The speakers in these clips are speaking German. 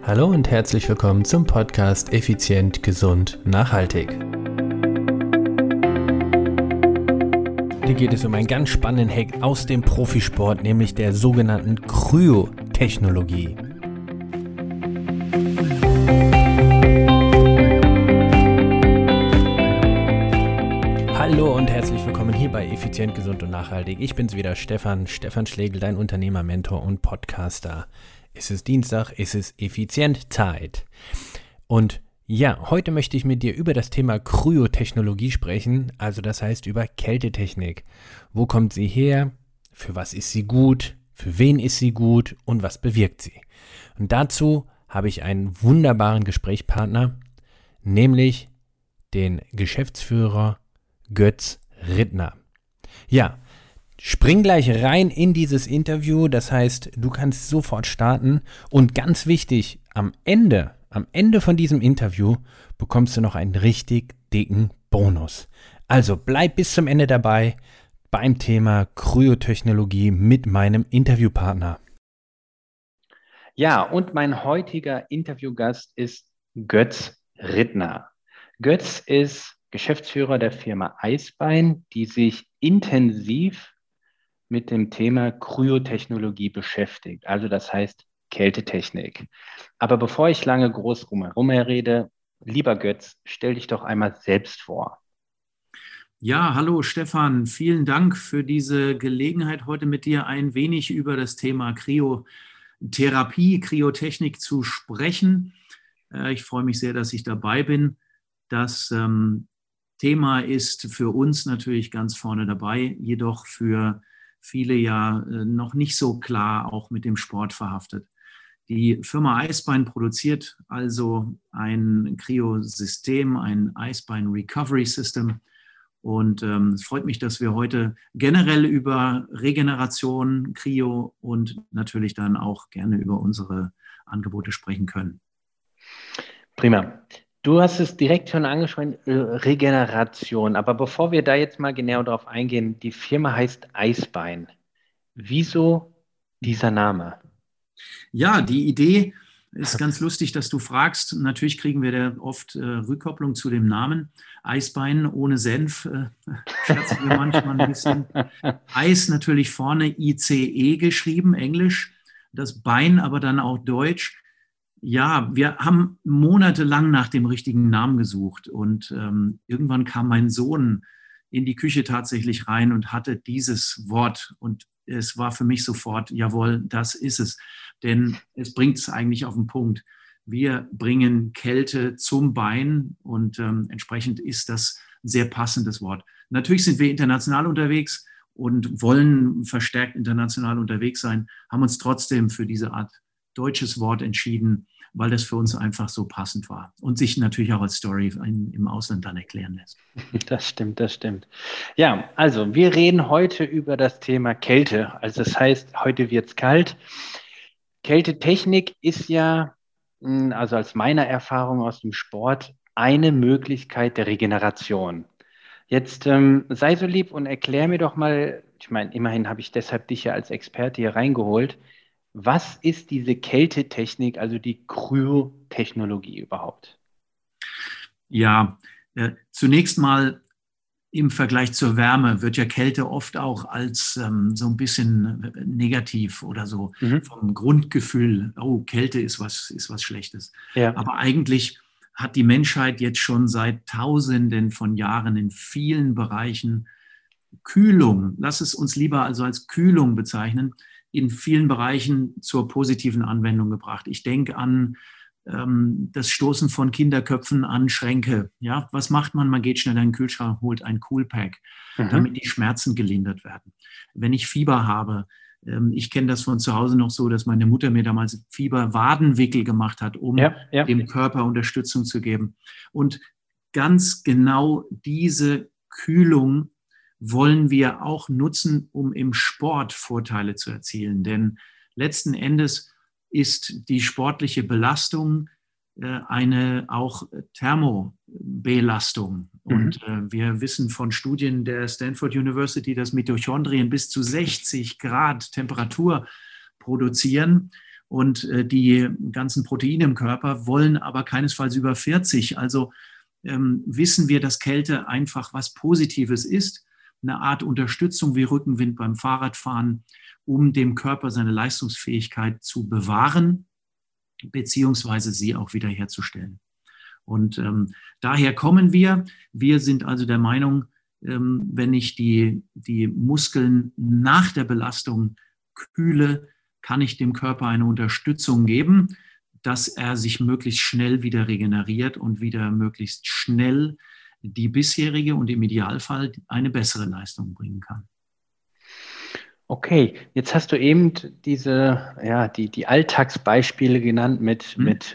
Hallo und herzlich willkommen zum Podcast Effizient, Gesund, Nachhaltig. Hier geht es um einen ganz spannenden Hack aus dem Profisport, nämlich der sogenannten Kryotechnologie. Hallo und herzlich willkommen hier bei Effizient, Gesund und Nachhaltig. Ich bin's wieder, Stefan Schlegel, dein Unternehmer, Mentor und Podcaster. Es ist Dienstag, es ist Effizientzeit. Und ja, heute möchte ich mit dir über das Thema Kryotechnologie sprechen, also das heißt über Kältetechnik. Wo kommt sie her? Für was ist sie gut? Für wen ist sie gut? Und was bewirkt sie? Und dazu habe ich einen wunderbaren Gesprächspartner, nämlich den Geschäftsführer Götz Rittner. Ja, spring gleich rein in dieses Interview, das heißt, du kannst sofort starten und ganz wichtig, am Ende von diesem Interview bekommst du noch einen richtig dicken Bonus. Also bleib bis zum Ende dabei beim Thema Kryotechnologie mit meinem Interviewpartner. Ja, und mein heutiger Interviewgast ist Götz Rittner. Götz ist Geschäftsführer der Firma Eisbein, die sich intensiv mit dem Thema Kryotechnologie beschäftigt, also das heißt Kältetechnik. Aber bevor ich lange groß rumherum rede, lieber Götz, stell dich doch einmal selbst vor. Ja, hallo Stefan, vielen Dank für diese Gelegenheit, heute mit dir ein wenig über das Thema Kryotherapie, Kryotechnik zu sprechen. Ich freue mich sehr, dass ich dabei bin. Das Thema ist für uns natürlich ganz vorne dabei, jedoch für viele ja noch nicht so klar, auch mit dem Sport verhaftet. Die Firma Eisbein produziert also ein Kryosystem, ein Eisbein Recovery System. Und es freut mich, dass wir heute generell über Regeneration, Kryo und natürlich dann auch gerne über unsere Angebote sprechen können. Prima. Du hast es direkt schon angesprochen, Regeneration. Aber bevor wir da jetzt mal genau drauf eingehen, die Firma heißt Eisbein. Wieso dieser Name? Ja, die Idee ist ganz lustig, dass du fragst. Natürlich kriegen wir da oft Rückkopplung zu dem Namen. Eisbein ohne Senf, scherzen wir manchmal ein bisschen. Eis natürlich vorne ICE geschrieben, Englisch. Das Bein aber dann auch Deutsch. Ja, wir haben monatelang nach dem richtigen Namen gesucht und irgendwann kam mein Sohn in die Küche tatsächlich rein und hatte dieses Wort und es war für mich sofort, jawohl, das ist es, denn es bringt es eigentlich auf den Punkt. Wir bringen Kälte zum Bein und entsprechend ist das ein sehr passendes Wort. Natürlich sind wir international unterwegs und wollen verstärkt international unterwegs sein, haben uns trotzdem für diese Art deutsches Wort entschieden, weil das für uns einfach so passend war und sich natürlich auch als Story im Ausland dann erklären lässt. Das stimmt, das stimmt. Ja, also wir reden heute über das Thema Kälte. Also das heißt, heute wird es kalt. Kältetechnik ist ja, also als meiner Erfahrung aus dem Sport, eine Möglichkeit der Regeneration. Jetzt sei so lieb und erklär mir doch mal, ich meine, immerhin habe ich deshalb dich ja als Experte hier reingeholt. Was ist diese Kältetechnik, also die Kryotechnologie überhaupt? Ja, zunächst mal im Vergleich zur Wärme wird ja Kälte oft auch als so ein bisschen negativ oder so vom Grundgefühl, oh, Kälte ist was Schlechtes. Ja. Aber eigentlich hat die Menschheit jetzt schon seit Tausenden von Jahren in vielen Bereichen Kühlung, lass es uns lieber also als Kühlung bezeichnen, in vielen Bereichen zur positiven Anwendung gebracht. Ich denke an das Stoßen von Kinderköpfen an Schränke. Ja, was macht man? Man geht schnell in den Kühlschrank, holt ein Coolpack, damit die Schmerzen gelindert werden. Wenn ich Fieber habe, ich kenne das von zu Hause noch so, dass meine Mutter mir damals Fieberwadenwickel gemacht hat, um dem Körper Unterstützung zu geben. Und ganz genau diese Kühlung wollen wir auch nutzen, um im Sport Vorteile zu erzielen. Denn letzten Endes ist die sportliche Belastung eine auch Thermobelastung. Und wir wissen von Studien der Stanford University, dass Mitochondrien bis zu 60 Grad Temperatur produzieren. Und die ganzen Proteine im Körper wollen aber keinesfalls über 40. Also wissen wir, dass Kälte einfach was Positives ist, eine Art Unterstützung wie Rückenwind beim Fahrradfahren, um dem Körper seine Leistungsfähigkeit zu bewahren, beziehungsweise sie auch wiederherzustellen. Und daher kommen wir. Wir sind also der Meinung, wenn ich die Muskeln nach der Belastung kühle, kann ich dem Körper eine Unterstützung geben, dass er sich möglichst schnell wieder regeneriert und wieder möglichst schnell die bisherige und im Idealfall eine bessere Leistung bringen kann. Okay, jetzt hast du eben die Alltagsbeispiele genannt mit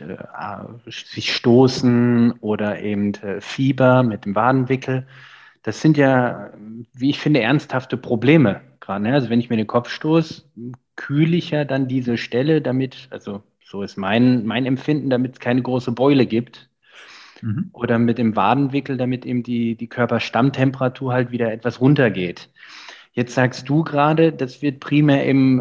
sich stoßen oder eben Fieber mit dem Wadenwickel. Das sind ja, wie ich finde, ernsthafte Probleme gerade. Ne? Also wenn ich mir den Kopf stoße, kühle ich ja dann diese Stelle, damit, also so ist mein Empfinden, damit es keine große Beule gibt. Oder mit dem Wadenwickel, damit eben die Körperstammtemperatur halt wieder etwas runtergeht. Jetzt sagst du gerade, das wird primär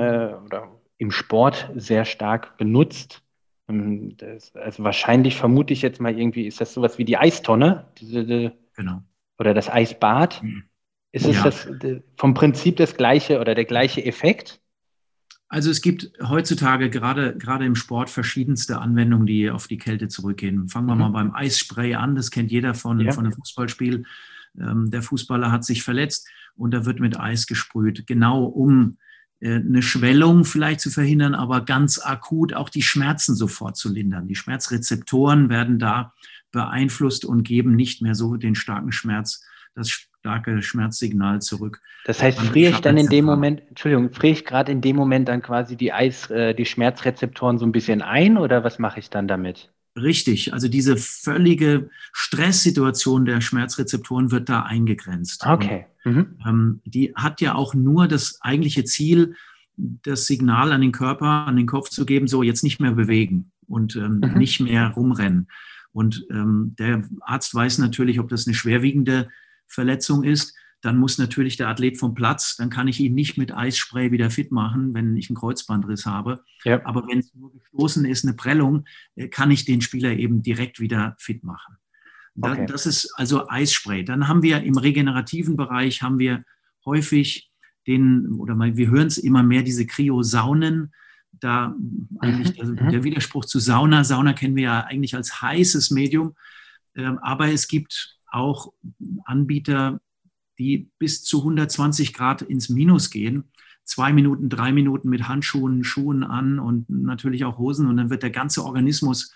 im Sport sehr stark benutzt. Also wahrscheinlich vermute ich jetzt mal irgendwie, ist das sowas wie die Eistonne? Genau. Oder das Eisbad? Ist es vom Prinzip das gleiche oder der gleiche Effekt? Also es gibt heutzutage gerade im Sport verschiedenste Anwendungen, die auf die Kälte zurückgehen. Fangen wir mal beim Eisspray an. Das kennt jeder von einem Fußballspiel. Der Fußballer hat sich verletzt und da wird mit Eis gesprüht, genau um eine Schwellung vielleicht zu verhindern, aber ganz akut auch die Schmerzen sofort zu lindern. Die Schmerzrezeptoren werden da beeinflusst und geben nicht mehr so den starken Schmerz, das starke Schmerzsignal zurück. Das heißt, friere ich dann in dem Moment, friere ich gerade in dem Moment dann quasi die Schmerzrezeptoren so ein bisschen ein oder was mache ich dann damit? Richtig, also diese völlige Stresssituation der Schmerzrezeptoren wird da eingegrenzt. Okay. Die hat ja auch nur das eigentliche Ziel, das Signal an den Körper, an den Kopf zu geben, so jetzt nicht mehr bewegen und nicht mehr rumrennen. Und der Arzt weiß natürlich, ob das eine schwerwiegende Verletzung ist. Dann muss natürlich der Athlet vom Platz, dann kann ich ihn nicht mit Eisspray wieder fit machen, wenn ich einen Kreuzbandriss habe. Ja. Aber wenn es nur gestoßen ist, eine Prellung, kann ich den Spieler eben direkt wieder fit machen. Okay. Das ist also Eisspray. Dann haben wir im regenerativen Bereich häufig wir hören es immer mehr, diese Kryosaunen. Da eigentlich der Widerspruch zu Sauna. Sauna kennen wir ja eigentlich als heißes Medium. Aber es gibt auch Anbieter, die bis zu 120 Grad ins Minus gehen. 2 Minuten, 3 Minuten mit Handschuhen, Schuhen an und natürlich auch Hosen. Und dann wird der ganze Organismus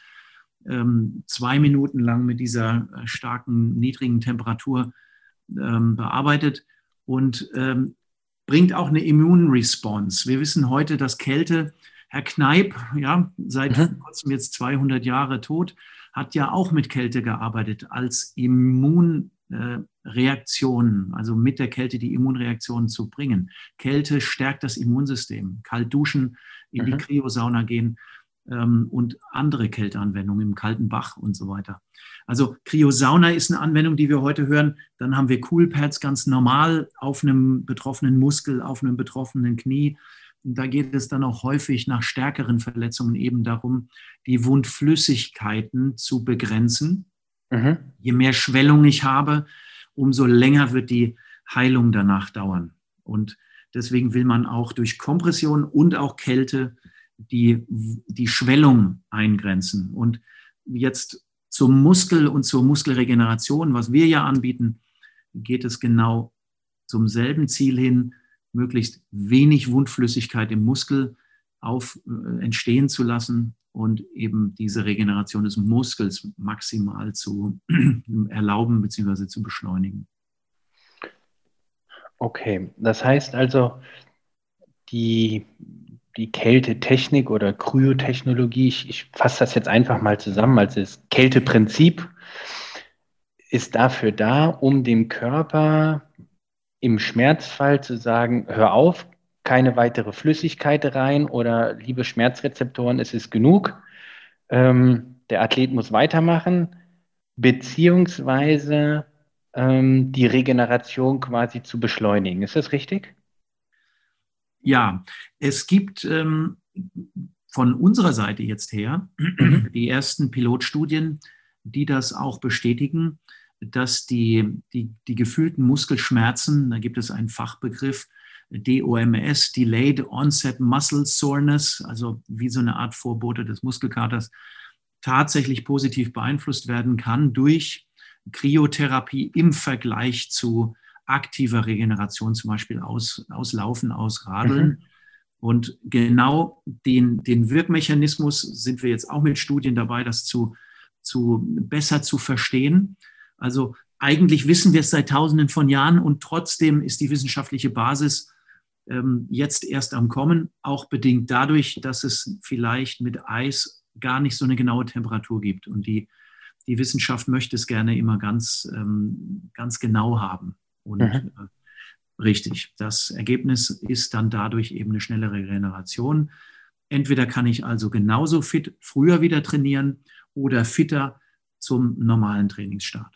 2 Minuten lang mit dieser starken, niedrigen Temperatur bearbeitet und bringt auch eine Immunresponse. Wir wissen heute, dass Kälte, Herr Kneipp, ja, seit kurzem jetzt 200 Jahre tot, hat ja auch mit Kälte gearbeitet als Immunreaktionen, also mit der Kälte die Immunreaktionen zu bringen. Kälte stärkt das Immunsystem. Kalt duschen, in die Kryosauna gehen und andere Kälteanwendungen im kalten Bach und so weiter. Also Kryosauna ist eine Anwendung, die wir heute hören. Dann haben wir Coolpads ganz normal auf einem betroffenen Muskel, auf einem betroffenen Knie. Und da geht es dann auch häufig nach stärkeren Verletzungen eben darum, die Wundflüssigkeiten zu begrenzen. Je mehr Schwellung ich habe, umso länger wird die Heilung danach dauern. Und deswegen will man auch durch Kompression und auch Kälte die Schwellung eingrenzen. Und jetzt zum Muskel und zur Muskelregeneration, was wir ja anbieten, geht es genau zum selben Ziel hin, möglichst wenig Wundflüssigkeit im Muskel entstehen zu lassen und eben diese Regeneration des Muskels maximal zu erlauben bzw. zu beschleunigen. Okay, das heißt also, die Kältetechnik oder Kryotechnologie, ich fasse das jetzt einfach mal zusammen, also das Kälteprinzip ist dafür da, um dem Körper im Schmerzfall zu sagen, hör auf, keine weitere Flüssigkeit rein oder liebe Schmerzrezeptoren, es ist genug. Der Athlet muss weitermachen, beziehungsweise die Regeneration quasi zu beschleunigen. Ist das richtig? Ja, es gibt von unserer Seite jetzt her die ersten Pilotstudien, die das auch bestätigen, dass die gefühlten Muskelschmerzen, da gibt es einen Fachbegriff, DOMS, Delayed Onset Muscle Soreness, also wie so eine Art Vorbote des Muskelkaters, tatsächlich positiv beeinflusst werden kann durch Kryotherapie im Vergleich zu aktiver Regeneration, zum Beispiel aus Laufen, aus Radeln. Und genau den Wirkmechanismus sind wir jetzt auch mit Studien dabei, das besser zu verstehen. Also eigentlich wissen wir es seit Tausenden von Jahren und trotzdem ist die wissenschaftliche Basis jetzt erst am Kommen, auch bedingt dadurch, dass es vielleicht mit Eis gar nicht so eine genaue Temperatur gibt. Und die Wissenschaft möchte es gerne immer ganz genau haben. Und richtig, das Ergebnis ist dann dadurch eben eine schnellere Regeneration. Entweder kann ich also genauso fit früher wieder trainieren oder fitter zum normalen Trainingsstart.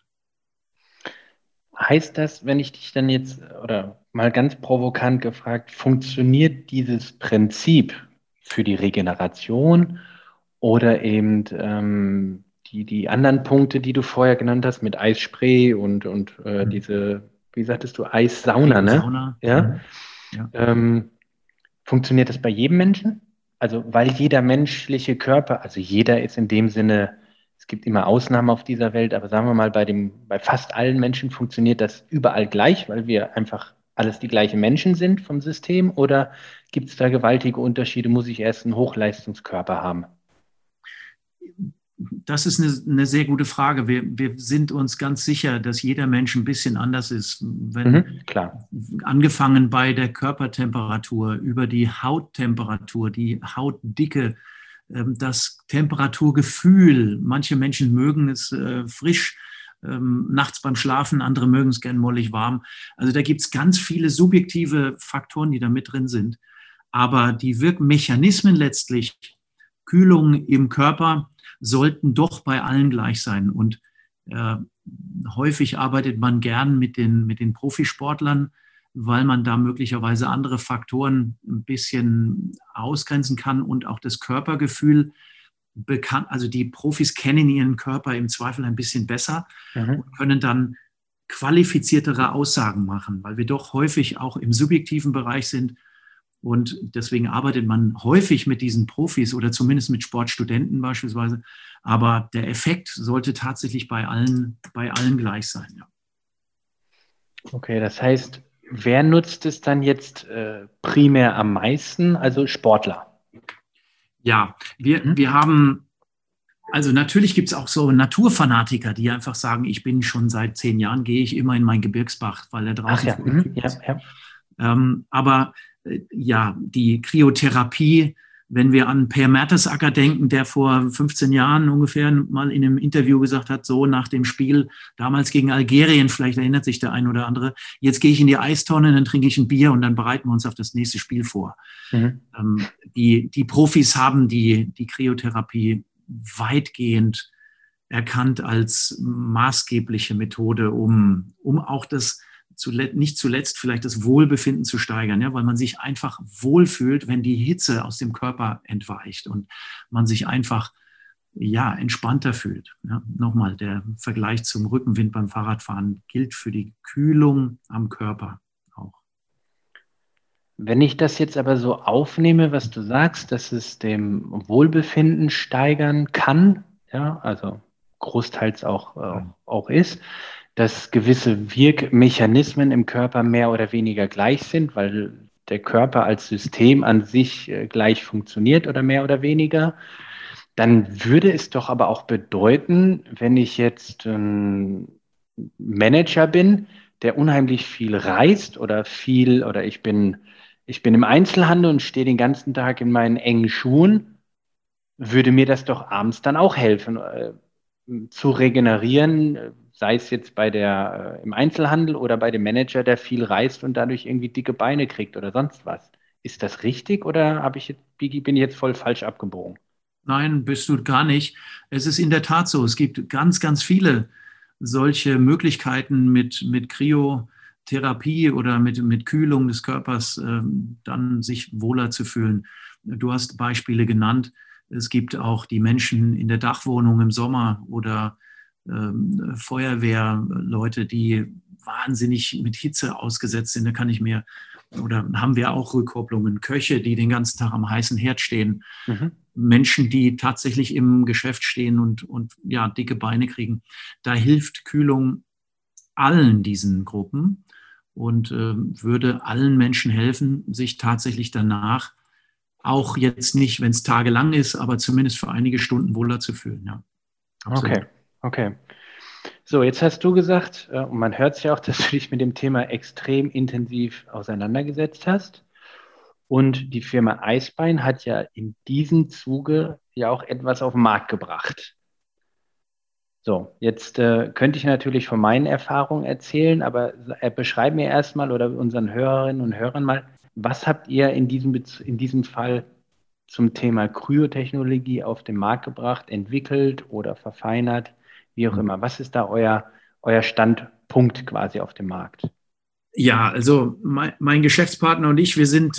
Heißt das, wenn ich dich dann jetzt, oder mal ganz provokant gefragt, funktioniert dieses Prinzip für die Regeneration oder eben die anderen Punkte, die du vorher genannt hast, mit Eisspray und diese, wie sagtest du, Eissauna, ne? Sauna. Ja. Funktioniert das bei jedem Menschen? Also, weil jeder menschliche Körper, also jeder ist in dem Sinne, es gibt immer Ausnahmen auf dieser Welt, aber sagen wir mal, bei fast allen Menschen funktioniert das überall gleich, weil wir einfach alles die gleichen Menschen sind vom System, oder gibt es da gewaltige Unterschiede? Muss ich erst einen Hochleistungskörper haben? Das ist eine sehr gute Frage. Wir sind uns ganz sicher, dass jeder Mensch ein bisschen anders ist. Klar. Angefangen bei der Körpertemperatur, über die Hauttemperatur, die Hautdicke, das Temperaturgefühl. Manche Menschen mögen es frisch, nachts beim Schlafen, andere mögen es gern mollig warm. Also da gibt es ganz viele subjektive Faktoren, die da mit drin sind. Aber die Wirkmechanismen letztlich, Kühlung im Körper, sollten doch bei allen gleich sein. Und häufig arbeitet man gern mit den Profisportlern, weil man da möglicherweise andere Faktoren ein bisschen ausgrenzen kann und auch das Körpergefühl bekannt. Also die Profis kennen ihren Körper im Zweifel ein bisschen besser und können dann qualifiziertere Aussagen machen, weil wir doch häufig auch im subjektiven Bereich sind. Und deswegen arbeitet man häufig mit diesen Profis oder zumindest mit Sportstudenten beispielsweise. Aber der Effekt sollte tatsächlich bei allen gleich sein. Ja. Okay, das heißt, wer nutzt es dann jetzt primär am meisten? Also Sportler. Ja, wir haben, also natürlich gibt es auch so Naturfanatiker, die einfach sagen, ich bin schon seit 10 Jahren, gehe ich immer in mein Gebirgsbach, weil er draußen ist. Aber ja, die Kryotherapie, wenn wir an Per Mertesacker denken, der vor 15 Jahren ungefähr mal in einem Interview gesagt hat, so nach dem Spiel damals gegen Algerien, vielleicht erinnert sich der ein oder andere, jetzt gehe ich in die Eistonne, dann trinke ich ein Bier und dann bereiten wir uns auf das nächste Spiel vor. Die Profis haben die Kryotherapie weitgehend erkannt als maßgebliche Methode, um auch nicht zuletzt vielleicht das Wohlbefinden zu steigern, ja, weil man sich einfach wohlfühlt, wenn die Hitze aus dem Körper entweicht und man sich einfach entspannter fühlt. Ja, nochmal, der Vergleich zum Rückenwind beim Fahrradfahren gilt für die Kühlung am Körper auch. Wenn ich das jetzt aber so aufnehme, was du sagst, dass es dem Wohlbefinden steigern kann, ja, also großteils auch ist, dass gewisse Wirkmechanismen im Körper mehr oder weniger gleich sind, weil der Körper als System an sich gleich funktioniert oder mehr oder weniger, dann würde es doch aber auch bedeuten, wenn ich jetzt ein Manager bin, der unheimlich viel reist oder ich bin im Einzelhandel und stehe den ganzen Tag in meinen engen Schuhen, würde mir das doch abends dann auch helfen, zu regenerieren, sei es jetzt im Einzelhandel oder bei dem Manager, der viel reist und dadurch irgendwie dicke Beine kriegt oder sonst was. Ist das richtig oder bin ich jetzt voll falsch abgebogen? Nein, bist du gar nicht. Es ist in der Tat so. Es gibt ganz, ganz viele solche Möglichkeiten mit Kryotherapie oder mit Kühlung des Körpers dann sich wohler zu fühlen. Du hast Beispiele genannt. Es gibt auch die Menschen in der Dachwohnung im Sommer oder Feuerwehrleute, die wahnsinnig mit Hitze ausgesetzt sind. Da kann ich mir, oder haben wir auch Rückkopplungen, Köche, die den ganzen Tag am heißen Herd stehen, Menschen, die tatsächlich im Geschäft stehen und ja, dicke Beine kriegen. Da hilft Kühlung allen diesen Gruppen und würde allen Menschen helfen, sich tatsächlich danach auch jetzt nicht, wenn es tagelang ist, aber zumindest für einige Stunden wohler zu fühlen. Ja, absolut. Okay. So, jetzt hast du gesagt, und man hört es ja auch, dass du dich mit dem Thema extrem intensiv auseinandergesetzt hast. Und die Firma Eisbein hat ja in diesem Zuge ja auch etwas auf den Markt gebracht. So, jetzt könnte ich natürlich von meinen Erfahrungen erzählen, aber beschreib mir erstmal oder unseren Hörerinnen und Hörern mal, was habt ihr in diesem Fall zum Thema Kryotechnologie auf den Markt gebracht, entwickelt oder verfeinert, wie auch immer? Was ist da euer Standpunkt quasi auf dem Markt? Ja, also mein Geschäftspartner und ich, wir sind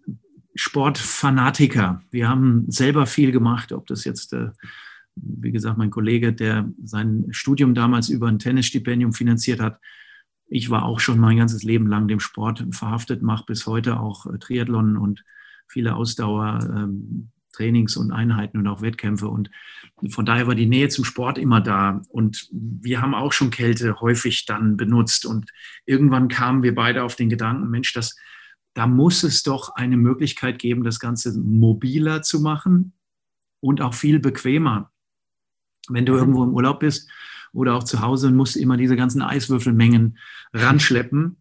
Sportfanatiker. Wir haben selber viel gemacht, ob das jetzt, wie gesagt, mein Kollege, der sein Studium damals über ein Tennisstipendium finanziert hat. Ich war auch schon mein ganzes Leben lang dem Sport verhaftet, mache bis heute auch Triathlon und viele Ausdauertrainings und Einheiten und auch Wettkämpfe. Und von daher war die Nähe zum Sport immer da. Und wir haben auch schon Kälte häufig dann benutzt. Und irgendwann kamen wir beide auf den Gedanken, Mensch, da muss es doch eine Möglichkeit geben, das Ganze mobiler zu machen und auch viel bequemer. Wenn du irgendwo im Urlaub bist oder auch zu Hause und musst immer diese ganzen Eiswürfelmengen ranschleppen,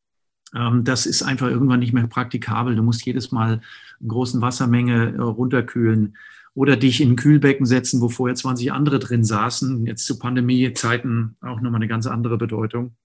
das ist einfach irgendwann nicht mehr praktikabel. Du musst jedes Mal eine große Wassermenge runterkühlen oder dich in ein Kühlbecken setzen, wo vorher 20 andere drin saßen. Jetzt zu Pandemiezeiten auch nochmal eine ganz andere Bedeutung.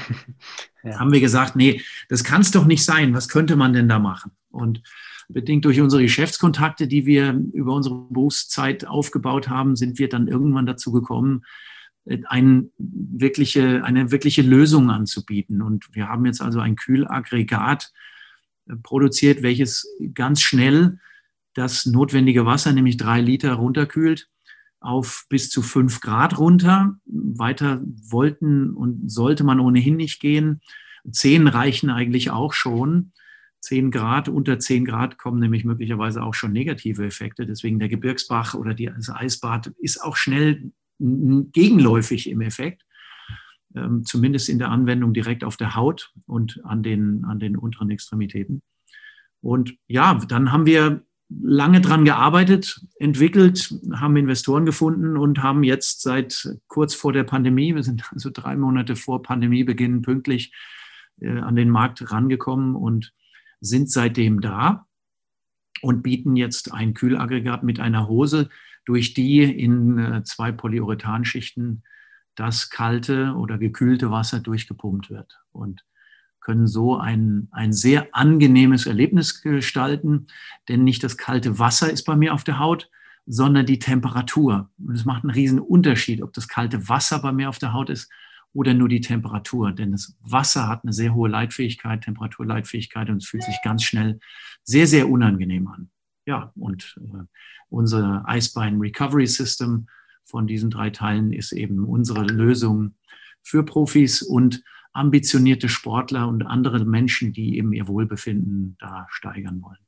Ja. Haben wir gesagt, nee, das kann es doch nicht sein. Was könnte man denn da machen? Und bedingt durch unsere Geschäftskontakte, die wir über unsere Berufszeit aufgebaut haben, sind wir dann irgendwann dazu gekommen, eine wirkliche Lösung anzubieten. Und wir haben jetzt also ein Kühlaggregat produziert, welches ganz schnell das notwendige Wasser, nämlich 3 Liter, runterkühlt auf bis zu 5 Grad runter. Weiter wollten und sollte man ohnehin nicht gehen. 10 reichen eigentlich auch schon. 10 Grad, unter 10 Grad kommen nämlich möglicherweise auch schon negative Effekte. Deswegen der Gebirgsbach oder das Eisbad ist auch schnell gegenläufig im Effekt, zumindest in der Anwendung direkt auf der Haut und an den unteren Extremitäten. Und ja, dann haben wir lange dran gearbeitet, entwickelt, haben Investoren gefunden und haben jetzt seit kurz vor der Pandemie, wir sind also 3 Monate vor Pandemiebeginn pünktlich an den Markt rangekommen und sind seitdem da und bieten jetzt ein Kühlaggregat mit einer Hose, durch die in 2 Polyurethanschichten das kalte oder gekühlte Wasser durchgepumpt wird und können so ein sehr angenehmes Erlebnis gestalten, denn nicht das kalte Wasser ist bei mir auf der Haut, sondern die Temperatur. Und es macht einen riesen Unterschied, ob das kalte Wasser bei mir auf der Haut ist oder nur die Temperatur, denn das Wasser hat eine sehr hohe Leitfähigkeit, Temperaturleitfähigkeit und es fühlt sich ganz schnell sehr, sehr unangenehm an. Ja, und unser Eisbein Recovery System von diesen 3 Teilen ist eben unsere Lösung für Profis und ambitionierte Sportler und andere Menschen, die eben ihr Wohlbefinden da steigern wollen.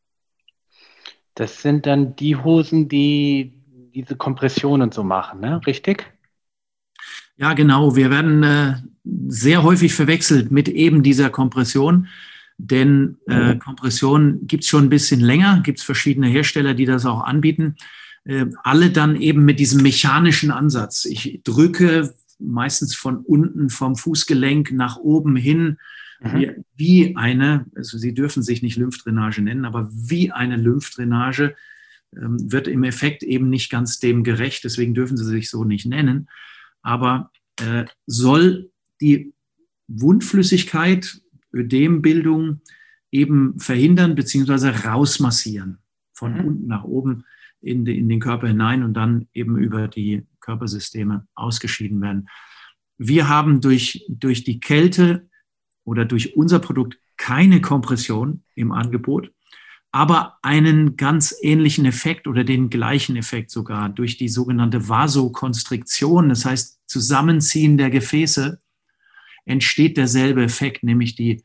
Das sind dann die Hosen, die diese Kompression und so machen, ne? Richtig? Ja, genau. Wir werden sehr häufig verwechselt mit eben dieser Kompression. Denn Kompression gibt es schon ein bisschen länger, gibt es verschiedene Hersteller, die das auch anbieten. Alle dann eben mit diesem mechanischen Ansatz. Ich drücke meistens von unten vom Fußgelenk nach oben hin, wie eine, also Sie dürfen sich nicht Lymphdrainage nennen, aber wie eine Lymphdrainage wird im Effekt eben nicht ganz dem gerecht, deswegen dürfen sie sich so nicht nennen. Aber soll die Wundflüssigkeit, Ödembildung eben verhindern bzw. rausmassieren, von unten nach oben in den Körper hinein und dann eben über die Körpersysteme ausgeschieden werden. Wir haben durch die Kälte oder durch unser Produkt keine Kompression im Angebot, aber einen ganz ähnlichen Effekt oder den gleichen Effekt sogar durch die sogenannte Vasokonstriktion, das heißt Zusammenziehen der Gefäße, entsteht derselbe Effekt, nämlich die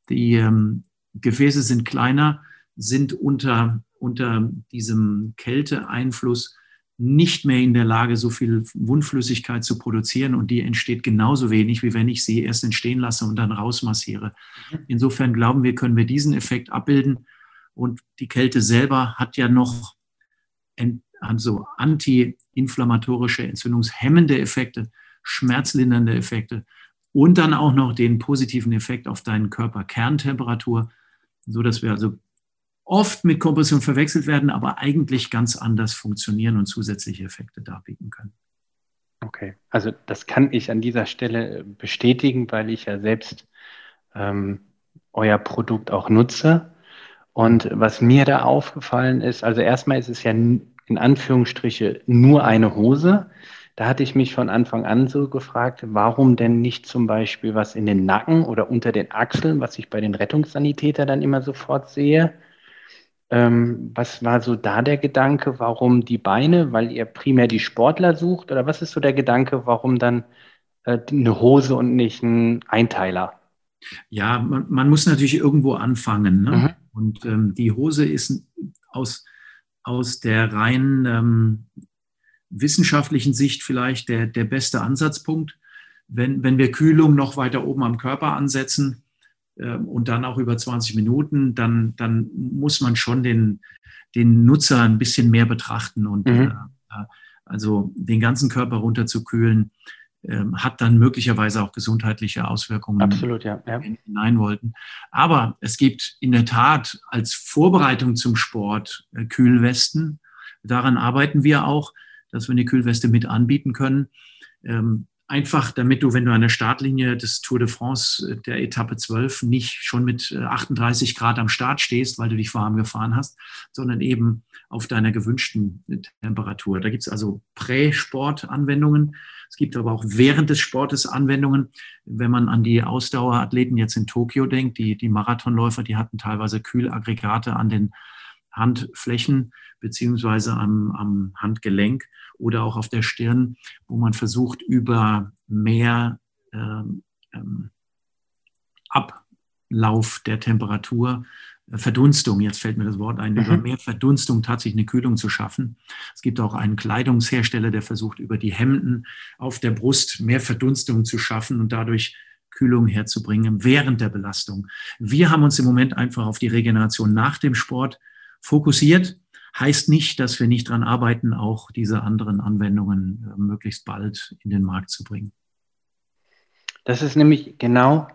Gefäße sind kleiner, sind unter diesem Kälteeinfluss nicht mehr in der Lage, so viel Wundflüssigkeit zu produzieren, und die entsteht genauso wenig, wie wenn ich sie erst entstehen lasse und dann rausmassiere. Insofern glauben wir, können wir diesen Effekt abbilden, und die Kälte selber hat ja noch also antiinflammatorische, entzündungshemmende Effekte, schmerzlindernde Effekte und dann auch noch den positiven Effekt auf deinen Körperkerntemperatur, sodass wir also oft mit Kompression verwechselt werden, aber eigentlich ganz anders funktionieren und zusätzliche Effekte darbieten können. Okay, also das kann ich an dieser Stelle bestätigen, weil ich ja selbst euer Produkt auch nutze. Und was mir da aufgefallen ist, also erstmal ist es ja in Anführungsstriche nur eine Hose. Da hatte ich mich von Anfang an so gefragt, warum denn nicht zum Beispiel was in den Nacken oder unter den Achseln, was ich bei den Rettungssanitätern dann immer sofort sehe. Was war so da der Gedanke, warum die Beine, weil ihr primär die Sportler sucht, oder was ist so der Gedanke, warum dann eine Hose und nicht ein Einteiler? Ja, man muss natürlich irgendwo anfangen, ne? Mhm. Und die Hose ist aus der rein wissenschaftlichen Sicht vielleicht der beste Ansatzpunkt. Wenn wir Kühlung noch weiter oben am Körper ansetzen und dann auch über 20 Minuten, dann muss man schon den Nutzer ein bisschen mehr betrachten und also den ganzen Körper runterzukühlen, hat dann möglicherweise auch gesundheitliche Auswirkungen. Absolut, ja. Hinein wollten. Aber es gibt in der Tat als Vorbereitung zum Sport Kühlwesten. Daran arbeiten wir auch, dass wir eine Kühlweste mit anbieten können. Einfach damit du, wenn du an der Startlinie des Tour de France der Etappe 12 nicht schon mit 38 Grad am Start stehst, weil du dich warm gefahren hast, sondern eben auf deiner gewünschten Temperatur. Da gibt es also Prä-Sport-Anwendungen. Es gibt aber auch während des Sportes Anwendungen. Wenn man an die Ausdauerathleten jetzt in Tokio denkt, die Marathonläufer, die hatten teilweise Kühlaggregate an den Handflächen beziehungsweise am Handgelenk oder auch auf der Stirn, wo man versucht, über mehr Ablauf der Temperatur, Verdunstung, jetzt fällt mir das Wort ein, über mehr Verdunstung tatsächlich eine Kühlung zu schaffen. Es gibt auch einen Kleidungshersteller, der versucht, über die Hemden auf der Brust mehr Verdunstung zu schaffen und dadurch Kühlung herzubringen während der Belastung. Wir haben uns im Moment einfach auf die Regeneration nach dem Sport fokussiert. Heißt nicht, dass wir nicht daran arbeiten, auch diese anderen Anwendungen möglichst bald in den Markt zu bringen. Das ist nämlich genau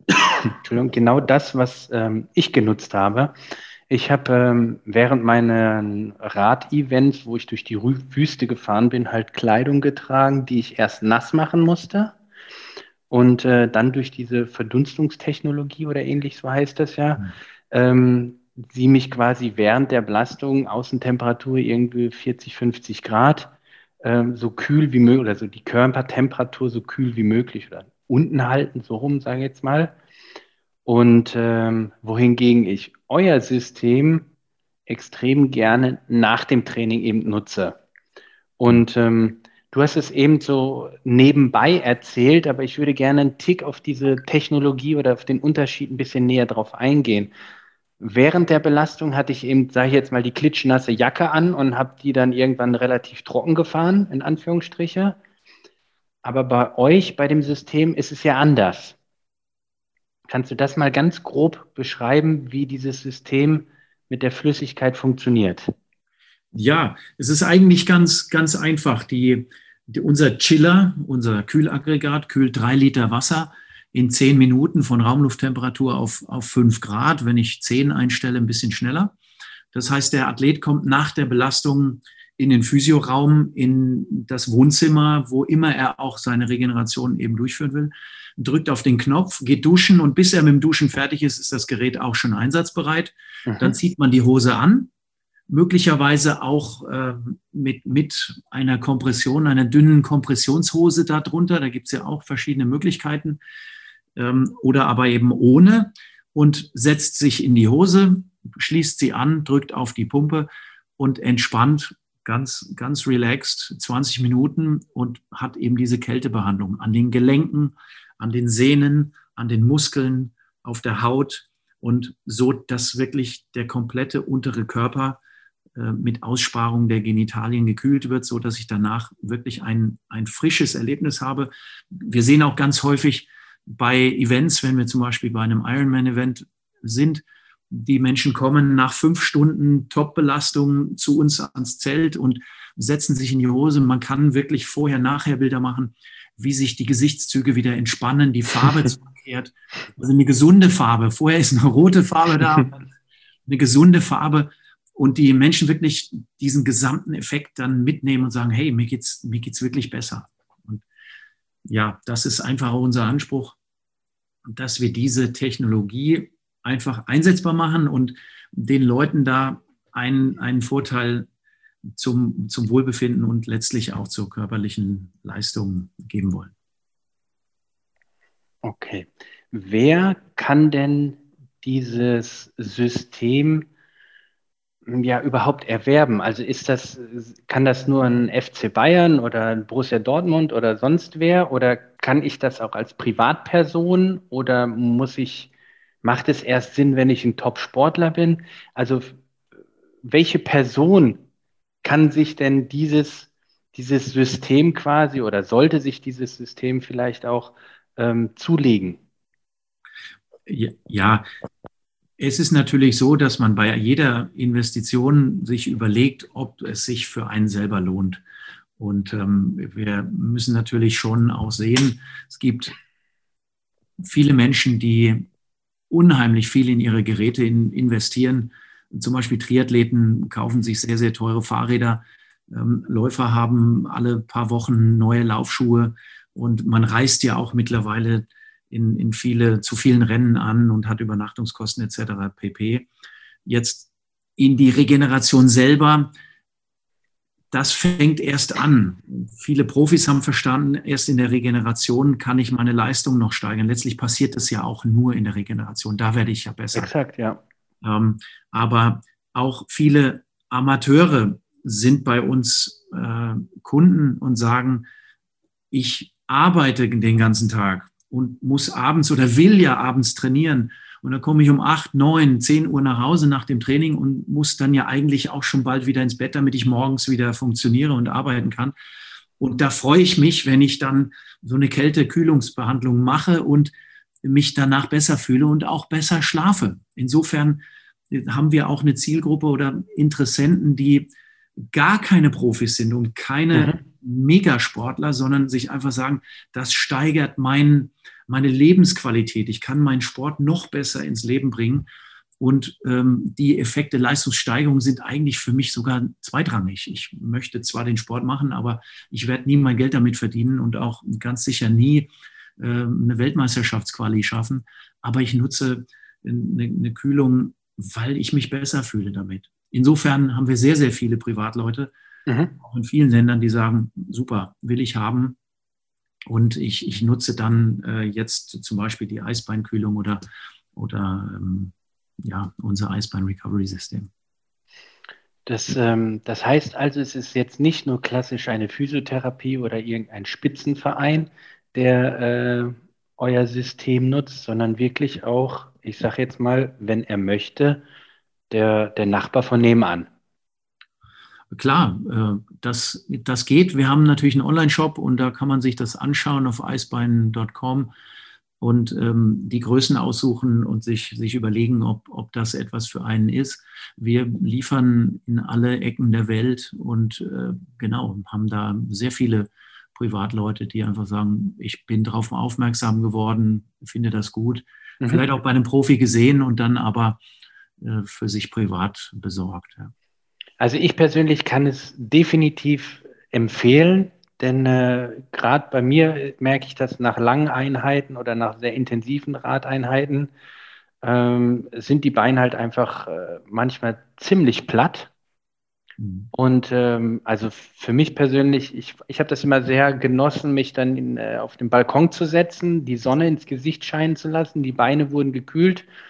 das, was ich genutzt habe. Ich habe während meinen Rad-Events, wo ich durch die Wüste gefahren bin, halt Kleidung getragen, die ich erst nass machen musste. Und dann durch diese Verdunstungstechnologie oder ähnlich, so heißt das ja, sie mich quasi während der Belastung, Außentemperatur irgendwie 40, 50 Grad, so kühl wie möglich, oder so die Körpertemperatur so kühl wie möglich oder unten halten, so rum, sage ich jetzt mal. Und wohingegen ich euer System extrem gerne nach dem Training eben nutze. Und du hast es eben so nebenbei erzählt, aber ich würde gerne einen Tick auf diese Technologie oder auf den Unterschied ein bisschen näher drauf eingehen. Während der Belastung hatte ich eben, sage ich jetzt mal, die klitschnasse Jacke an und habe die dann irgendwann relativ trocken gefahren, in Anführungsstriche. Aber bei euch, bei dem System, ist es ja anders. Kannst du das mal ganz grob beschreiben, wie dieses System mit der Flüssigkeit funktioniert? Ja, es ist eigentlich ganz, ganz einfach. Unser Chiller, unser Kühlaggregat, kühlt 3 Liter Wasser in 10 Minuten von Raumlufttemperatur auf 5 Grad. Wenn ich 10 einstelle, ein bisschen schneller. Das heißt, der Athlet kommt nach der Belastung in den Physioraum, in das Wohnzimmer, wo immer er auch seine Regeneration eben durchführen will, drückt auf den Knopf, geht duschen und bis er mit dem Duschen fertig ist, ist das Gerät auch schon einsatzbereit. Dann zieht man die Hose an, möglicherweise auch mit einer Kompression, einer dünnen Kompressionshose darunter. Da gibt es ja auch verschiedene Möglichkeiten. Oder aber eben ohne, und setzt sich in die Hose, schließt sie an, drückt auf die Pumpe und entspannt ganz, ganz relaxed 20 Minuten und hat eben diese Kältebehandlung an den Gelenken, an den Sehnen, an den Muskeln, auf der Haut und so, dass wirklich der komplette untere Körper mit Aussparung der Genitalien gekühlt wird, so dass ich danach wirklich ein frisches Erlebnis habe. Wir sehen auch ganz häufig bei Events, wenn wir zum Beispiel bei einem Ironman-Event sind, die Menschen kommen nach 5 Stunden Top-Belastung zu uns ans Zelt und setzen sich in die Hose. Man kann wirklich Vorher-Nachher-Bilder machen, wie sich die Gesichtszüge wieder entspannen, die Farbe zurückkehrt. Also eine gesunde Farbe. Vorher ist eine rote Farbe da, eine gesunde Farbe. Und die Menschen wirklich diesen gesamten Effekt dann mitnehmen und sagen, hey, mir geht's wirklich besser. Und ja, das ist einfach unser Anspruch, dass wir diese Technologie einfach einsetzbar machen und den Leuten da einen Vorteil zum Wohlbefinden und letztlich auch zur körperlichen Leistung geben wollen. Okay. Wer kann denn dieses System ja überhaupt erwerben? Also kann das nur ein FC Bayern oder ein Borussia Dortmund oder sonst wer? Oder kann ich das auch als Privatperson oder macht es erst Sinn, wenn ich ein Top-Sportler bin? Also welche Person kann sich denn dieses System quasi oder sollte sich dieses System vielleicht auch zulegen? Ja, es ist natürlich so, dass man bei jeder Investition sich überlegt, ob es sich für einen selber lohnt. Und wir müssen natürlich schon auch sehen, es gibt viele Menschen, die unheimlich viel in ihre Geräte investieren. Zum Beispiel Triathleten kaufen sich sehr, sehr teure Fahrräder. Läufer haben alle paar Wochen neue Laufschuhe. Und man reist ja auch mittlerweile zu vielen Rennen an und hat Übernachtungskosten etc. pp. Jetzt in die Regeneration selber, das fängt erst an. Viele Profis haben verstanden, erst in der Regeneration kann ich meine Leistung noch steigern. Letztlich passiert das ja auch nur in der Regeneration. Da werde ich ja besser. Exakt, ja. Aber auch viele Amateure sind bei uns Kunden und sagen, ich arbeite den ganzen Tag und muss abends oder will ja abends trainieren. Und dann komme ich um 8, 9, 10 Uhr nach Hause nach dem Training und muss dann ja eigentlich auch schon bald wieder ins Bett, damit ich morgens wieder funktioniere und arbeiten kann. Und da freue ich mich, wenn ich dann so eine Kälte-Kühlungsbehandlung mache und mich danach besser fühle und auch besser schlafe. Insofern haben wir auch eine Zielgruppe oder Interessenten, die gar keine Profis sind und keine Megasportler, sondern sich einfach sagen, das steigert meine Lebensqualität. Ich kann meinen Sport noch besser ins Leben bringen. Und die Effekte Leistungssteigerung sind eigentlich für mich sogar zweitrangig. Ich möchte zwar den Sport machen, aber ich werde nie mein Geld damit verdienen und auch ganz sicher nie eine Weltmeisterschaftsquali schaffen. Aber ich nutze eine Kühlung, weil ich mich besser fühle damit. Insofern haben wir sehr, sehr viele Privatleute, auch in vielen Ländern, die sagen, super, will ich haben. Und ich nutze dann jetzt zum Beispiel die Eisbeinkühlung oder unser Eisbein-Recovery-System. Das heißt also, es ist jetzt nicht nur klassisch eine Physiotherapie oder irgendein Spitzenverein, der euer System nutzt, sondern wirklich auch, ich sage jetzt mal, wenn er möchte, der Nachbar von nebenan. Klar, das geht. Wir haben natürlich einen Online-Shop und da kann man sich das anschauen auf eisbein.com und die Größen aussuchen und sich überlegen, ob das etwas für einen ist. Wir liefern in alle Ecken der Welt und haben da sehr viele Privatleute, die einfach sagen, ich bin darauf aufmerksam geworden, finde das gut, vielleicht auch bei einem Profi gesehen und dann aber für sich privat besorgt. Ja. Also ich persönlich kann es definitiv empfehlen, denn gerade bei mir merke ich das nach langen Einheiten oder nach sehr intensiven Radeinheiten, sind die Beine halt einfach manchmal ziemlich platt. Und also für mich persönlich, ich habe das immer sehr genossen, mich dann auf den Balkon zu setzen, die Sonne ins Gesicht scheinen zu lassen, die Beine wurden gekühlt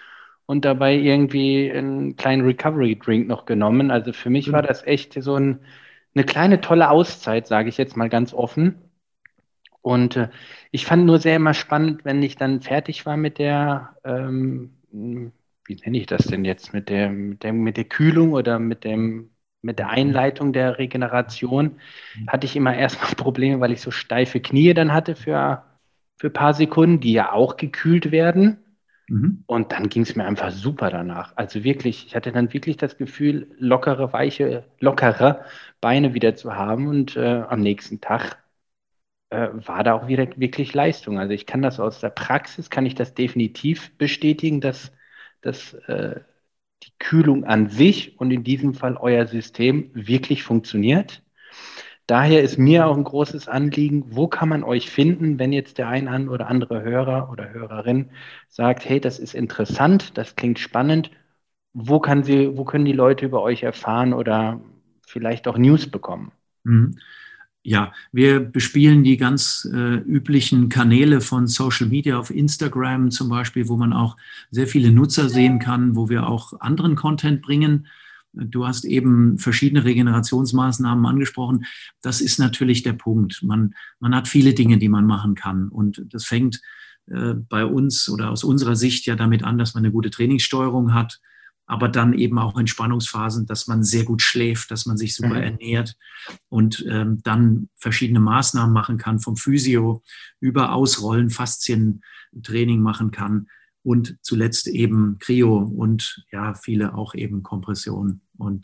und dabei irgendwie einen kleinen Recovery-Drink noch genommen. Also für mich war das echt so eine kleine tolle Auszeit, sage ich jetzt mal ganz offen. Und ich fand nur sehr immer spannend, wenn ich dann fertig war mit der, wie nenne ich das denn jetzt, mit der Kühlung oder mit der Einleitung der Regeneration, hatte ich immer erstmal Probleme, weil ich so steife Knie dann hatte für ein paar Sekunden, die ja auch gekühlt werden. Mhm. Und dann ging es mir einfach super danach. Also wirklich, ich hatte dann wirklich das Gefühl, lockere Beine wieder zu haben. Und am nächsten Tag war da auch wieder wirklich Leistung. Also ich kann das aus der Praxis, kann ich das definitiv bestätigen, dass die Kühlung an sich und in diesem Fall euer System wirklich funktioniert. Daher ist mir auch ein großes Anliegen, wo kann man euch finden, wenn jetzt der ein oder andere Hörer oder Hörerin sagt, hey, das ist interessant, das klingt spannend, wo können die Leute über euch erfahren oder vielleicht auch News bekommen? Mhm. Ja, wir bespielen die ganz üblichen Kanäle von Social Media auf Instagram zum Beispiel, wo man auch sehr viele Nutzer sehen kann, wo wir auch anderen Content bringen. Du hast eben verschiedene Regenerationsmaßnahmen angesprochen. Das ist natürlich der Punkt. Man hat viele Dinge, die man machen kann. Und das fängt bei uns oder aus unserer Sicht ja damit an, dass man eine gute Trainingssteuerung hat, aber dann eben auch Entspannungsphasen, dass man sehr gut schläft, dass man sich super ernährt und dann verschiedene Maßnahmen machen kann, vom Physio über Ausrollen, Faszientraining machen kann und zuletzt eben Kryo und ja, viele auch eben Kompression. Und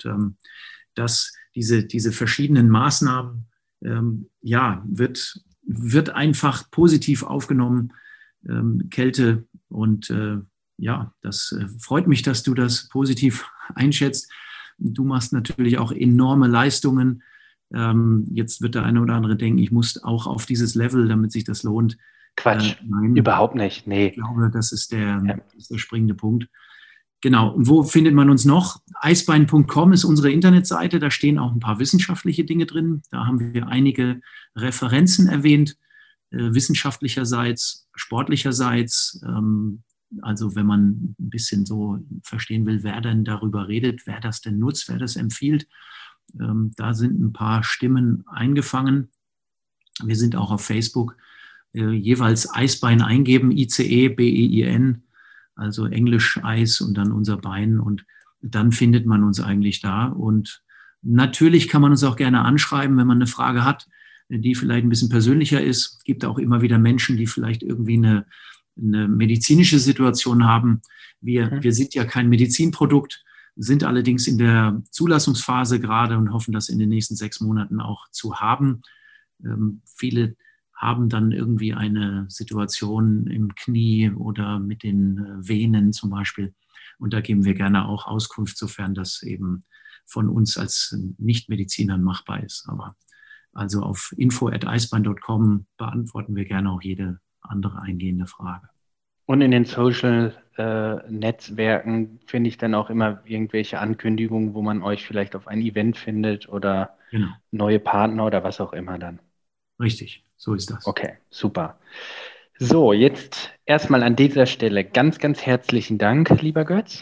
diese verschiedenen Maßnahmen, ja, wird einfach positiv aufgenommen, Kälte und ja, das freut mich, dass du das positiv einschätzt. Du machst natürlich auch enorme Leistungen. Jetzt wird der eine oder andere denken, ich muss auch auf dieses Level, damit sich das lohnt. Quatsch, nein, überhaupt nicht. Nee. Ich glaube, das ist der springende Punkt. Genau. Und wo findet man uns noch? Eisbein.com ist unsere Internetseite. Da stehen auch ein paar wissenschaftliche Dinge drin. Da haben wir einige Referenzen erwähnt, wissenschaftlicherseits, sportlicherseits. Also wenn man ein bisschen so verstehen will, wer denn darüber redet, wer das denn nutzt, wer das empfiehlt, da sind ein paar Stimmen eingefangen. Wir sind auch auf Facebook, jeweils Eisbein eingeben, ICE, BEIN, also Englisch Eis und dann unser Bein und dann findet man uns eigentlich da. Und natürlich kann man uns auch gerne anschreiben, wenn man eine Frage hat, die vielleicht ein bisschen persönlicher ist. Es gibt auch immer wieder Menschen, die vielleicht irgendwie eine medizinische Situation haben. Wir sind ja kein Medizinprodukt, sind allerdings in der Zulassungsphase gerade und hoffen, das in den nächsten 6 Monaten auch zu haben. Viele haben dann irgendwie eine Situation im Knie oder mit den Venen zum Beispiel. Und da geben wir gerne auch Auskunft, sofern das eben von uns als Nichtmedizinern machbar ist. Aber also auf info@eisbein.com beantworten wir gerne auch jede andere eingehende Frage. Und in den Social Netzwerken finde ich dann auch immer irgendwelche Ankündigungen, wo man euch vielleicht auf ein Event findet oder neue Partner oder was auch immer dann. Richtig, so ist das. Okay, super. So, jetzt erstmal an dieser Stelle ganz, ganz herzlichen Dank, lieber Götz.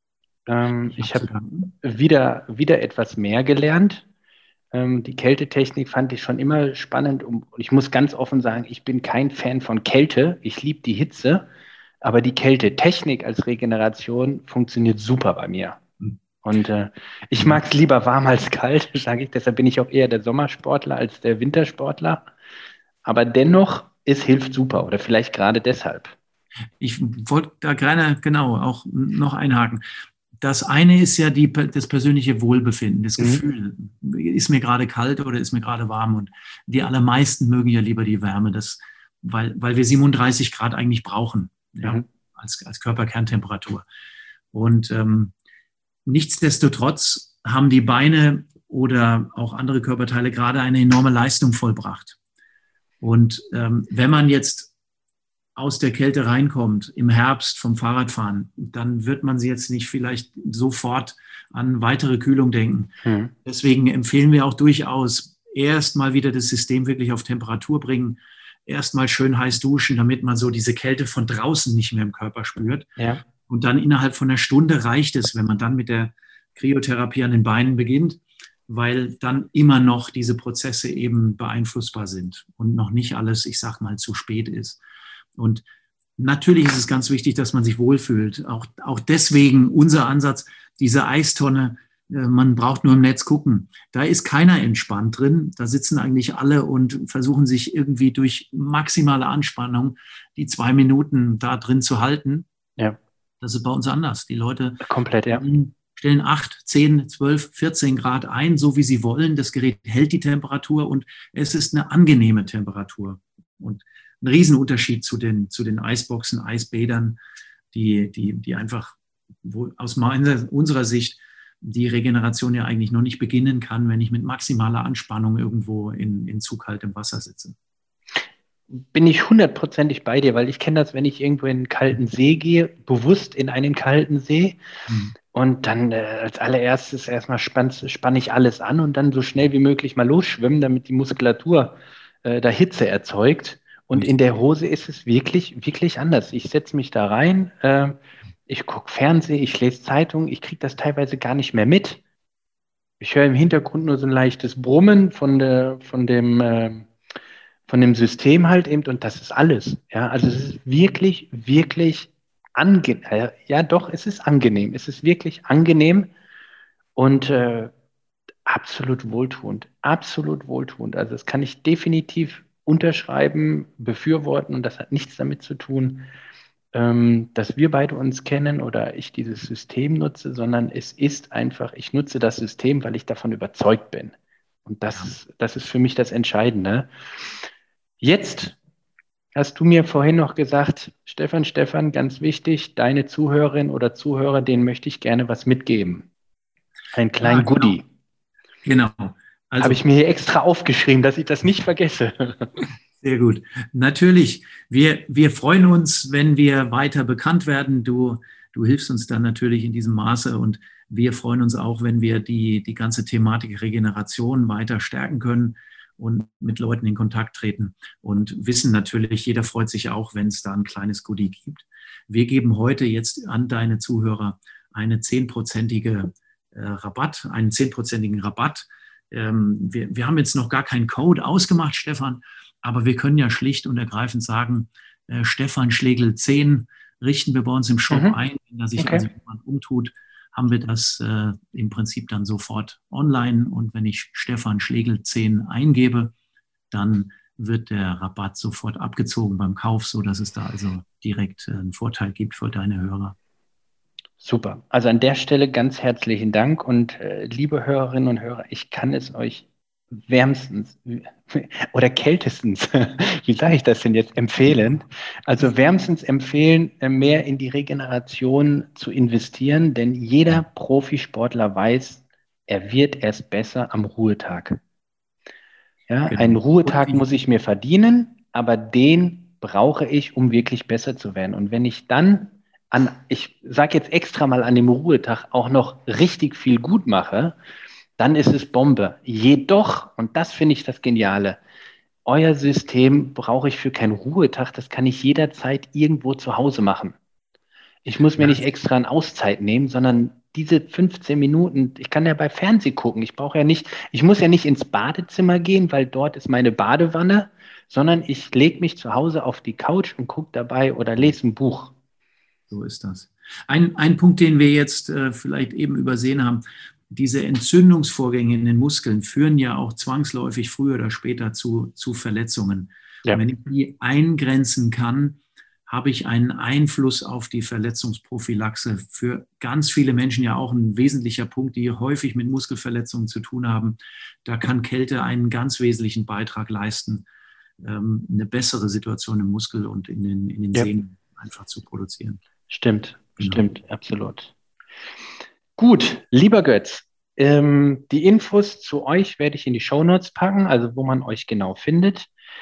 Ich habe wieder etwas mehr gelernt. Die Kältetechnik fand ich schon immer spannend und ich muss ganz offen sagen, ich bin kein Fan von Kälte. Ich liebe die Hitze, aber die Kältetechnik als Regeneration funktioniert super bei mir. Und ich mag es lieber warm als kalt, sage ich. Deshalb bin ich auch eher der Sommersportler als der Wintersportler. Aber dennoch, es hilft super oder vielleicht gerade deshalb. Ich wollte da gerne auch noch einhaken. Das eine ist ja das persönliche Wohlbefinden, das Gefühl. Ist mir gerade kalt oder ist mir gerade warm? Und die allermeisten mögen ja lieber die Wärme, weil wir 37 Grad eigentlich brauchen, als Körperkerntemperatur. Und nichtsdestotrotz haben die Beine oder auch andere Körperteile gerade eine enorme Leistung vollbracht. Und wenn man jetzt aus der Kälte reinkommt, im Herbst vom Fahrradfahren, dann wird man sie jetzt nicht vielleicht sofort an weitere Kühlung denken. Deswegen empfehlen wir auch durchaus, erst mal wieder das System wirklich auf Temperatur bringen, erst mal schön heiß duschen, damit man so diese Kälte von draußen nicht mehr im Körper spürt. Ja. Und dann innerhalb von einer Stunde reicht es, wenn man dann mit der Kryotherapie an den Beinen beginnt, weil dann immer noch diese Prozesse eben beeinflussbar sind und noch nicht alles, ich sag mal, zu spät ist. Und natürlich ist es ganz wichtig, dass man sich wohlfühlt. Auch deswegen unser Ansatz, diese Eistonne, man braucht nur im Netz gucken. Da ist keiner entspannt drin. Da sitzen eigentlich alle und versuchen sich irgendwie durch maximale Anspannung die 2 Minuten da drin zu halten. Ja. Das ist bei uns anders. Die Leute komplett, ja. Stellen 8, 10, 12, 14 Grad ein, so wie sie wollen. Das Gerät hält die Temperatur und es ist eine angenehme Temperatur. Und ein Riesenunterschied zu den Eisboxen, Eisbädern, die einfach aus unserer Sicht die Regeneration ja eigentlich noch nicht beginnen kann, wenn ich mit maximaler Anspannung irgendwo in zu kaltem Wasser sitze. Bin ich 100%ig bei dir, weil ich kenne das, wenn ich irgendwo in einen kalten See gehe, bewusst in einen kalten See und dann als allererstes erstmal spanne ich alles an und dann so schnell wie möglich mal losschwimmen, damit die Muskulatur da Hitze erzeugt. Und in der Hose ist es wirklich, wirklich anders. Ich setze mich da rein, ich gucke Fernsehen, ich lese Zeitung, ich kriege das teilweise gar nicht mehr mit. Ich höre im Hintergrund nur so ein leichtes Brummen von dem System halt eben und das ist alles. Ja, also es ist wirklich, wirklich angenehm. Ja, doch, es ist angenehm. Es ist wirklich angenehm und absolut wohltuend. Absolut wohltuend. Also das kann ich definitiv unterschreiben, befürworten und das hat nichts damit zu tun, dass wir beide uns kennen oder ich dieses System nutze, sondern es ist einfach, ich nutze das System, weil ich davon überzeugt bin. Und das ist für mich das Entscheidende. Jetzt hast du mir vorhin noch gesagt, Stefan, ganz wichtig, deine Zuhörerin oder Zuhörer, denen möchte ich gerne was mitgeben. Ein kleinen Goodie. Genau. Also, habe ich mir hier extra aufgeschrieben, dass ich das nicht vergesse. Sehr gut. Natürlich, wir freuen uns, wenn wir weiter bekannt werden. Du hilfst uns dann natürlich in diesem Maße und wir freuen uns auch, wenn wir die ganze Thematik Regeneration weiter stärken können und mit Leuten in Kontakt treten und wissen natürlich, jeder freut sich auch, wenn es da ein kleines Goodie gibt. Wir geben heute jetzt an deine Zuhörer einen 10-prozentigen Rabatt. Wir haben jetzt noch gar keinen Code ausgemacht, Stefan, aber wir können ja schlicht und ergreifend sagen, Stefan Schlegel 10 richten wir bei uns im Shop ein. Wenn da sich also jemand umtut, haben wir das im Prinzip dann sofort online. Und wenn ich Stefan Schlegel 10 eingebe, dann wird der Rabatt sofort abgezogen beim Kauf, sodass es da also direkt einen Vorteil gibt für deine Hörer. Super. Also an der Stelle ganz herzlichen Dank und liebe Hörerinnen und Hörer, ich kann es euch wärmstens oder kältestens, wie sage ich das denn jetzt, empfehlen? Also wärmstens empfehlen, mehr in die Regeneration zu investieren, denn jeder Profisportler weiß, er wird erst besser am Ruhetag. Ja, genau. Einen Ruhetag muss ich mir verdienen, aber den brauche ich, um wirklich besser zu werden. Und wenn ich dann ich sage jetzt extra mal an dem Ruhetag auch noch richtig viel gut mache, dann ist es Bombe. Jedoch, und das finde ich das Geniale, euer System brauche ich für keinen Ruhetag, das kann ich jederzeit irgendwo zu Hause machen. Ich muss mir nicht extra eine Auszeit nehmen, sondern diese 15 Minuten, ich kann ja bei Fernsehen gucken, ich muss ja nicht ins Badezimmer gehen, weil dort ist meine Badewanne, sondern ich lege mich zu Hause auf die Couch und gucke dabei oder lese ein Buch. So ist das. Ein Punkt, den wir jetzt vielleicht eben übersehen haben, diese Entzündungsvorgänge in den Muskeln führen ja auch zwangsläufig früher oder später zu Verletzungen. Ja. Und wenn ich die eingrenzen kann, habe ich einen Einfluss auf die Verletzungsprophylaxe. Für ganz viele Menschen ja auch ein wesentlicher Punkt, die häufig mit Muskelverletzungen zu tun haben. Da kann Kälte einen ganz wesentlichen Beitrag leisten, eine bessere Situation im Muskel und in den Sehnen einfach zu produzieren. Stimmt, absolut. Gut, lieber Götz, die Infos zu euch werde ich in die Shownotes packen, also wo man euch genau findet.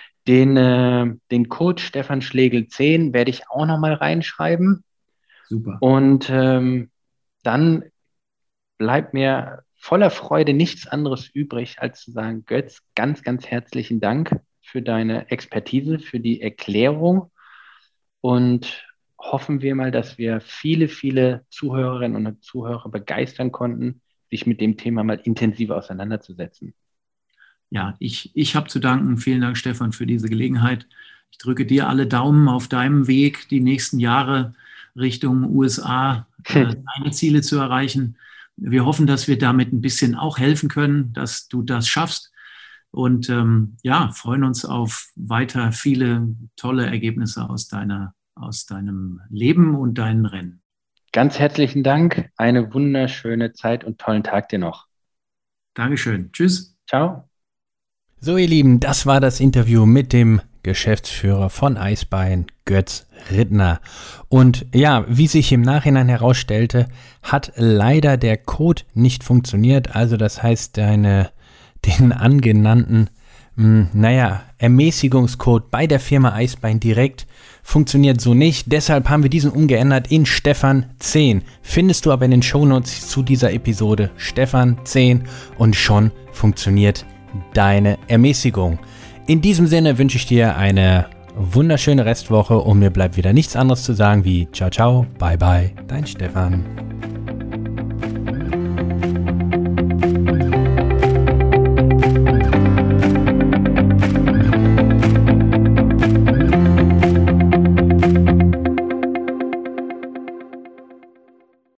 Den Code Stefan Schlegel 10 werde ich auch nochmal reinschreiben. Super. Und dann bleibt mir voller Freude nichts anderes übrig, als zu sagen, Götz, ganz, ganz herzlichen Dank für deine Expertise, für die Erklärung und hoffen wir mal, dass wir viele, viele Zuhörerinnen und Zuhörer begeistern konnten, sich mit dem Thema mal intensiver auseinanderzusetzen. Ja, ich habe zu danken. Vielen Dank, Stefan, für diese Gelegenheit. Ich drücke dir alle Daumen auf deinem Weg, die nächsten Jahre Richtung USA, deine Ziele zu erreichen. Wir hoffen, dass wir damit ein bisschen auch helfen können, dass du das schaffst. Und freuen uns auf weiter viele tolle Ergebnisse aus deinem Leben und deinen Rennen. Ganz herzlichen Dank. Eine wunderschöne Zeit und tollen Tag dir noch. Dankeschön. Tschüss. Ciao. So, ihr Lieben, das war das Interview mit dem Geschäftsführer von Eisbein, Götz Rittner. Und ja, wie sich im Nachhinein herausstellte, hat leider der Code nicht funktioniert. Also das heißt, den angenannten Ermäßigungscode bei der Firma Eisbein direkt funktioniert so nicht. Deshalb haben wir diesen umgeändert in Stefan 10. Findest du aber in den Shownotes zu dieser Episode Stefan 10 und schon funktioniert deine Ermäßigung. In diesem Sinne wünsche ich dir eine wunderschöne Restwoche und mir bleibt wieder nichts anderes zu sagen wie ciao, ciao, bye, bye, dein Stefan.